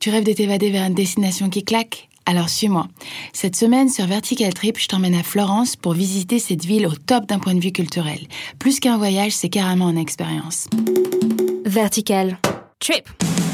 Tu rêves de t'évader vers une destination qui claque ? Alors suis-moi. Cette semaine, sur Vertical Trip, je t'emmène à Florence pour visiter cette ville au top d'un point de vue culturel. Plus qu'un voyage, c'est carrément une expérience. Vertical Trip.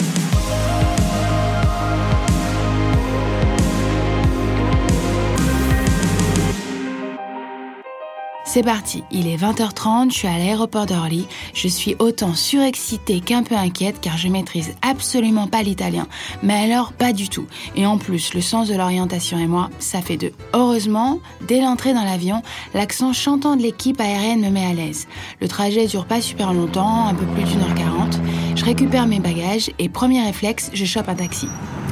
C'est parti, il est 20h30, je suis à l'aéroport d'Orly. Je suis autant surexcitée qu'un peu inquiète car je maîtrise absolument pas l'italien. Mais alors, pas du tout. Et en plus, le sens de l'orientation et moi, ça fait deux. Heureusement, dès l'entrée dans l'avion, l'accent chantant de l'équipe aérienne me met à l'aise. Le trajet dure pas super longtemps, un peu plus d'1h40. Je récupère mes bagages et premier réflexe, je chope un taxi.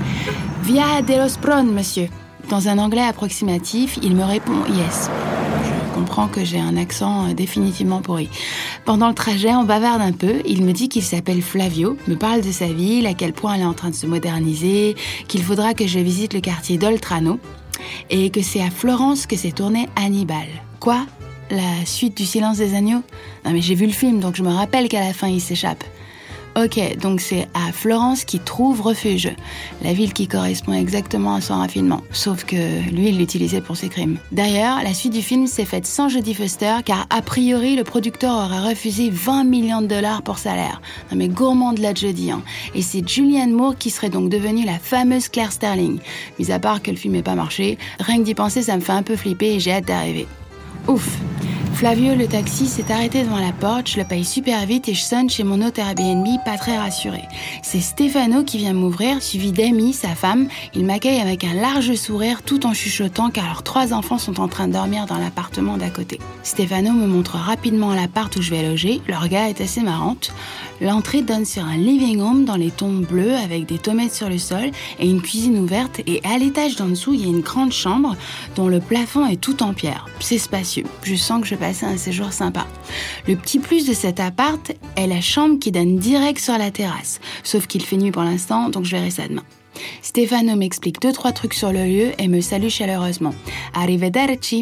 Via dello Spron, monsieur. Dans un anglais approximatif, il me répond yes. Je comprends que j'ai un accent définitivement pourri. Pendant le trajet, on bavarde un peu. Il me dit qu'il s'appelle Flavio, me parle de sa ville, à quel point elle est en train de se moderniser, qu'il faudra que je visite le quartier d'Oltrano et que c'est à Florence que s'est tourné Hannibal. Quoi ? La suite du Silence des agneaux ? Non mais j'ai vu le film, donc je me rappelle qu'à la fin il s'échappe. Ok, donc c'est à Florence qu'il trouve refuge, la ville qui correspond exactement à son raffinement, sauf que lui, il l'utilisait pour ses crimes. D'ailleurs, la suite du film s'est faite sans Jodie Foster, car a priori, le producteur aurait refusé 20 millions de dollars pour salaire. Non mais gourmand de la Jodie, hein. Et c'est Julianne Moore qui serait donc devenue la fameuse Claire Sterling. Mis à part que le film n'ait pas marché, rien que d'y penser, ça me fait un peu flipper et j'ai hâte d'arriver. Ouf. Flavio, le taxi, s'est arrêté devant la porte, je le paye super vite et je sonne chez mon hôte Airbnb, pas très rassuré. C'est Stefano qui vient m'ouvrir, suivi d'Amy, sa femme. Il m'accueille avec un large sourire tout en chuchotant car leurs 3 enfants sont en train de dormir dans l'appartement d'à côté. Stefano me montre rapidement l'appart où je vais loger, leur gars est assez marrante. L'entrée donne sur un living room dans les tons bleus avec des tomates sur le sol et une cuisine ouverte et à l'étage d'en dessous, il y a une grande chambre dont le plafond est tout en pierre. C'est spacieux, je sens que je passe un séjour sympa. Le petit plus de cet appart est la chambre qui donne direct sur la terrasse. Sauf qu'il fait nuit pour l'instant, donc je verrai ça demain. Stefano m'explique 2-3 trucs sur le lieu et me salue chaleureusement. Arrivederci.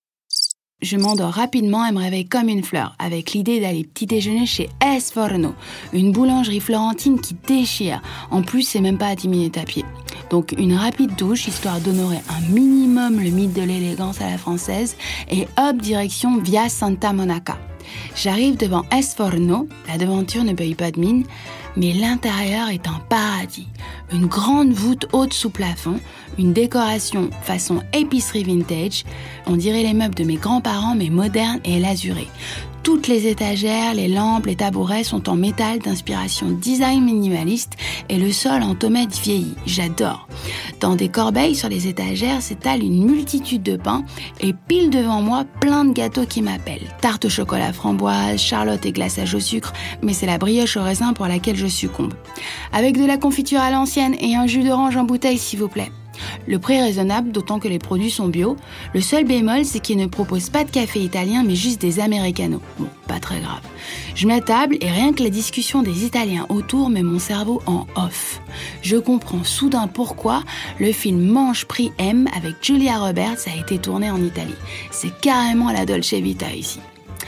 Je m'endors rapidement et me réveille comme une fleur, avec l'idée d'aller petit déjeuner chez Es Forno, une boulangerie florentine qui déchire. En plus, c'est même pas à 10 minutes à pied. Donc une rapide douche, histoire d'honorer un minimum le mythe de l'élégance à la française, et hop, direction via Santa Monaca. J'arrive devant Es Forno, la devanture ne paye pas de mine, mais l'intérieur est un paradis. Une grande voûte haute sous plafond, une décoration façon épicerie vintage, on dirait les meubles de mes grands-parents mais modernes et lasurés. Toutes les étagères, les lampes, les tabourets sont en métal d'inspiration design minimaliste et le sol en tomates vieillies. J'adore. Dans des corbeilles sur les étagères s'étale une multitude de pains et pile devant moi plein de gâteaux qui m'appellent. Tarte au chocolat framboise, charlotte et glaçage au sucre, mais c'est la brioche au raisin pour laquelle je succombe. Avec de la confiture à l'ancienne et un jus d'orange en bouteille s'il vous plaît. Le prix est raisonnable, d'autant que les produits sont bio. Le seul bémol, c'est qu'ils ne proposent pas de café italien, mais juste des americanos. Bon, pas très grave. Je m'attable et rien que la discussion des Italiens autour met mon cerveau en off. Je comprends soudain pourquoi le film Mange Prix M avec Julia Roberts a été tourné en Italie. C'est carrément la Dolce Vita ici.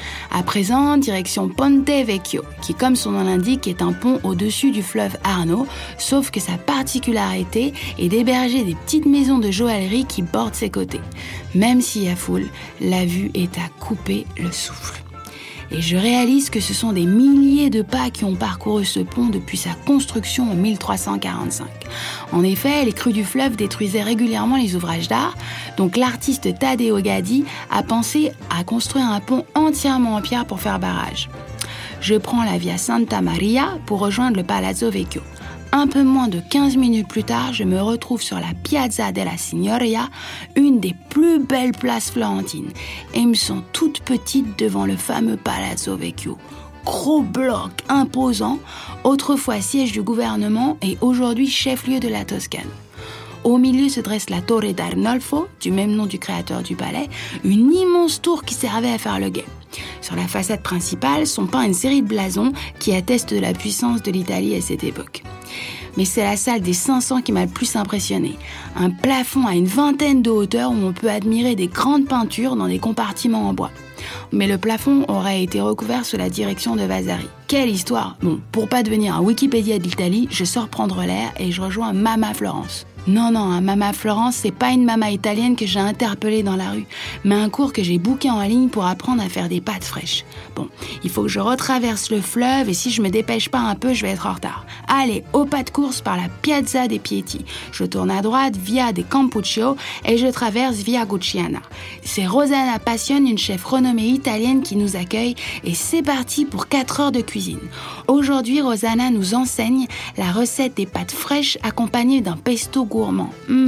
À présent, direction Ponte Vecchio, qui comme son nom l'indique est un pont au-dessus du fleuve Arno, sauf que sa particularité est d'héberger des petites maisons de joaillerie qui bordent ses côtés. Même s'il y a foule, la vue est à couper le souffle. Et je réalise que ce sont des milliers de pas qui ont parcouru ce pont depuis sa construction en 1345. En effet, les crues du fleuve détruisaient régulièrement les ouvrages d'art, donc l'artiste Taddeo Gaddi a pensé à construire un pont entièrement en pierre pour faire barrage. Je prends la via Santa Maria pour rejoindre le Palazzo Vecchio. Un peu moins de 15 minutes plus tard, je me retrouve sur la Piazza della Signoria, une des plus belles places florentines, et me sens toute petite devant le fameux Palazzo Vecchio. Gros bloc imposant, autrefois siège du gouvernement et aujourd'hui chef-lieu de la Toscane. Au milieu se dresse la Torre d'Arnolfo, du même nom du créateur du palais, une immense tour qui servait à faire le guet. Sur la façade principale sont peints une série de blasons qui attestent de la puissance de l'Italie à cette époque. Mais c'est la salle des 500 qui m'a le plus impressionné. Un plafond à une vingtaine de hauteurs où on peut admirer des grandes peintures dans des compartiments en bois. Mais le plafond aurait été recouvert sous la direction de Vasari. Quelle histoire! Bon, pour pas devenir un Wikipédia de l'Italie, je sors prendre l'air et je rejoins Mama Florence. Non, Mama Florence, c'est pas une mama italienne que j'ai interpellée dans la rue, mais un cours que j'ai booké en ligne pour apprendre à faire des pâtes fraîches. Bon, il faut que je retraverse le fleuve et si je me dépêche pas un peu, je vais être en retard. Allez, au pas de course par la Piazza dei Pieti. Je tourne à droite via des Campuccio et je traverse via Gucciana. C'est Rosanna Passion, une chef renommée italienne qui nous accueille et c'est parti pour 4 heures de cuisine. Aujourd'hui, Rosanna nous enseigne la recette des pâtes fraîches accompagnées d'un pesto gourmand.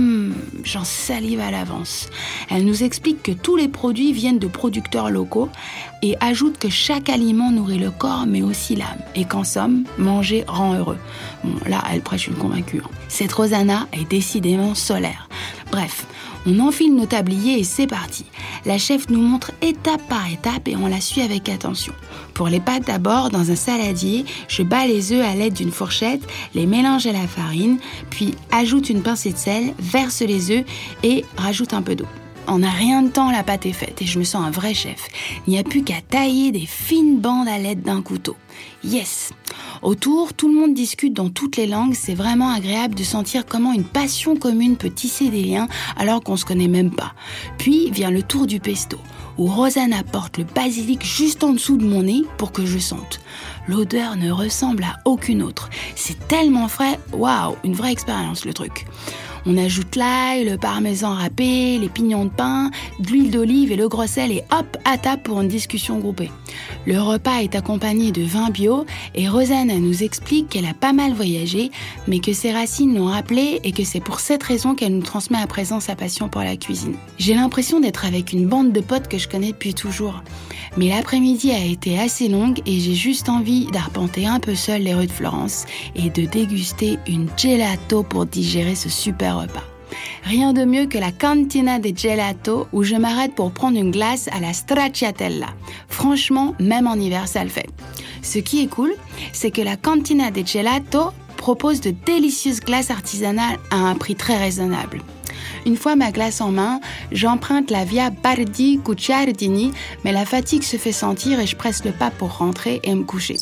J'en salive à l'avance. Elle nous explique que tous les produits viennent de producteurs locaux et ajoute que chaque aliment nourrit le corps mais aussi l'âme. Et qu'en somme, manger rend heureux. Bon, là, elle prêche une convaincue. Cette Rosanna est décidément solaire. Bref, on enfile nos tabliers et c'est parti. La chef nous montre étape par étape et on la suit avec attention. Pour les pâtes d'abord, dans un saladier, je bats les œufs à l'aide d'une fourchette, les mélange à la farine, puis ajoute une pincée de sel, verse les œufs et rajoute un peu d'eau. En un rien de temps, la pâte est faite et je me sens un vrai chef. Il n'y a plus qu'à tailler des fines bandes à l'aide d'un couteau. Yes! Autour, tout le monde discute dans toutes les langues. C'est vraiment agréable de sentir comment une passion commune peut tisser des liens alors qu'on se connaît même pas. Puis vient le tour du pesto, où Rosanna porte le basilic juste en dessous de mon nez pour que je sente. L'odeur ne ressemble à aucune autre. C'est tellement frais. Waouh, une vraie expérience le truc. On ajoute l'ail, le parmesan râpé, les pignons de pain, de l'huile d'olive et le gros sel et hop, à table pour une discussion groupée. Le repas est accompagné de vin bio et Rosanna nous explique qu'elle a pas mal voyagé, mais que ses racines l'ont rappelée et que c'est pour cette raison qu'elle nous transmet à présent sa passion pour la cuisine. J'ai l'impression d'être avec une bande de potes que je connais depuis toujours. Mais l'après-midi a été assez longue et j'ai juste envie d'arpenter un peu seule les rues de Florence et de déguster une gelato pour digérer ce super repas. Rien de mieux que la Cantina des Gelato où je m'arrête pour prendre une glace à la stracciatella. Franchement, même en hiver, ça le fait. Ce qui est cool, c'est que la Cantina des Gelato propose de délicieuses glaces artisanales à un prix très raisonnable. Une fois ma glace en main, j'emprunte la via Bardi-Guicciardini, mais la fatigue se fait sentir et je presse le pas pour rentrer et me coucher.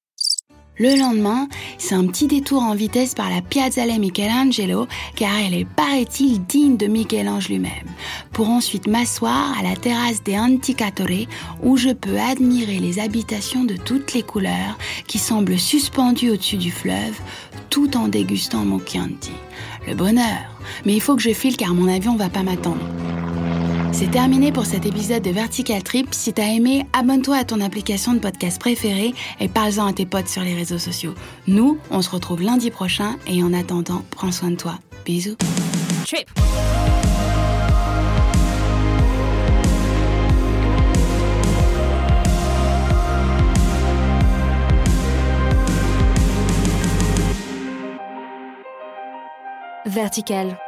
Le lendemain, c'est un petit détour en vitesse par la Piazzale Michelangelo, car elle est, paraît-il, digne de Michel-Ange lui-même, pour ensuite m'asseoir à la terrasse des Anticatori, où je peux admirer les habitations de toutes les couleurs qui semblent suspendues au-dessus du fleuve, tout en dégustant mon Chianti. Le bonheur! Mais il faut que je file car mon avion va pas m'attendre. C'est terminé pour cet épisode de Vertical Trip. Si t'as aimé, abonne-toi à ton application de podcast préférée et parle-en à tes potes sur les réseaux sociaux. Nous, on se retrouve lundi prochain et en attendant, prends soin de toi. Bisous. Trip. Vertical.